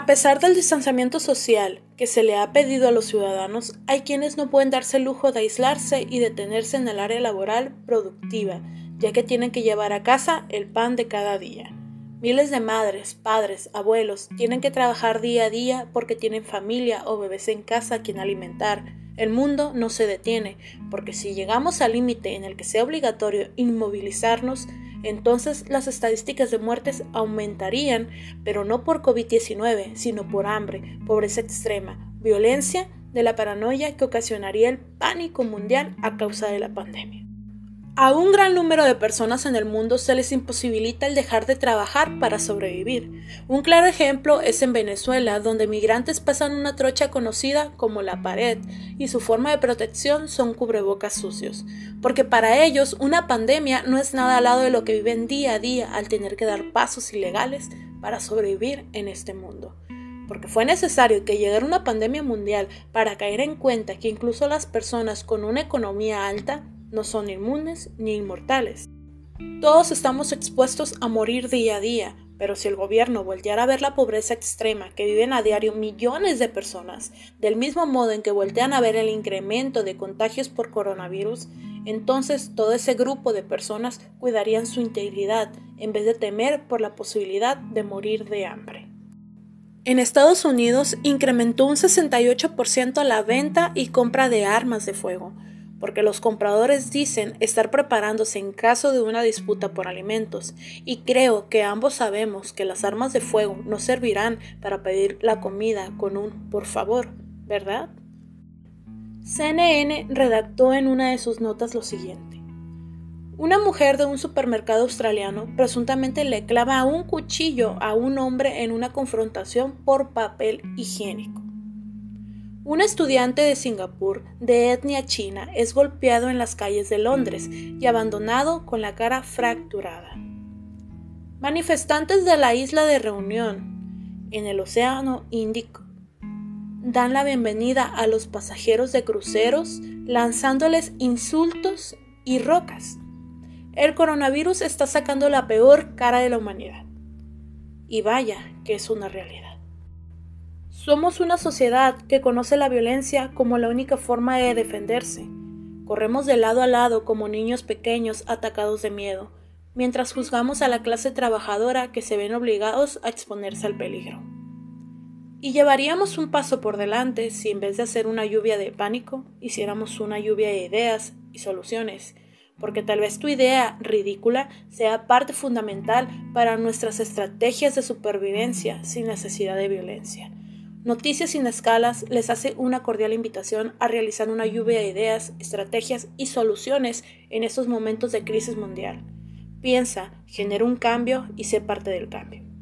A pesar del distanciamiento social que se le ha pedido a los ciudadanos, hay quienes no pueden darse el lujo de aislarse y detenerse en el área laboral productiva, ya que tienen que llevar a casa el pan de cada día. Miles de madres, padres, abuelos tienen que trabajar día a día porque tienen familia o bebés en casa a quien alimentar. El mundo no se detiene, porque si llegamos al límite en el que sea obligatorio inmovilizarnos, entonces las estadísticas de muertes aumentarían, pero no por COVID-19, sino por hambre, pobreza extrema, violencia, de la paranoia que ocasionaría el pánico mundial a causa de la pandemia. A un gran número de personas en el mundo se les imposibilita el dejar de trabajar para sobrevivir. Un claro ejemplo es en Venezuela, donde migrantes pasan una trocha conocida como la pared y su forma de protección son cubrebocas sucios, porque para ellos una pandemia no es nada al lado de lo que viven día a día al tener que dar pasos ilegales para sobrevivir en este mundo. Porque fue necesario que llegara una pandemia mundial para caer en cuenta que incluso las personas con una economía alta no son inmunes ni inmortales. Todos estamos expuestos a morir día a día, pero si el gobierno volteara a ver la pobreza extrema que viven a diario millones de personas, del mismo modo en que voltean a ver el incremento de contagios por coronavirus, entonces todo ese grupo de personas cuidarían su integridad en vez de temer por la posibilidad de morir de hambre. En Estados Unidos incrementó un 68% la venta y compra de armas de fuego, porque los compradores dicen estar preparándose en caso de una disputa por alimentos, y creo que ambos sabemos que las armas de fuego no servirán para pedir la comida con un por favor, ¿verdad? CNN redactó en una de sus notas lo siguiente: una mujer de un supermercado australiano presuntamente le clava un cuchillo a un hombre en una confrontación por papel higiénico. Un estudiante de Singapur de etnia china es golpeado en las calles de Londres y abandonado con la cara fracturada. Manifestantes de la isla de Reunión, en el Océano Índico, dan la bienvenida a los pasajeros de cruceros lanzándoles insultos y rocas. El coronavirus está sacando la peor cara de la humanidad. Y vaya que es una realidad. Somos una sociedad que conoce la violencia como la única forma de defenderse. Corremos de lado a lado como niños pequeños atacados de miedo, mientras juzgamos a la clase trabajadora que se ven obligados a exponerse al peligro. Y llevaríamos un paso por delante si en vez de hacer una lluvia de pánico, hiciéramos una lluvia de ideas y soluciones, porque tal vez tu idea ridícula sea parte fundamental para nuestras estrategias de supervivencia sin necesidad de violencia. Noticias sin escalas les hace una cordial invitación a realizar una lluvia de ideas, estrategias y soluciones en estos momentos de crisis mundial. Piensa, genera un cambio y sé parte del cambio.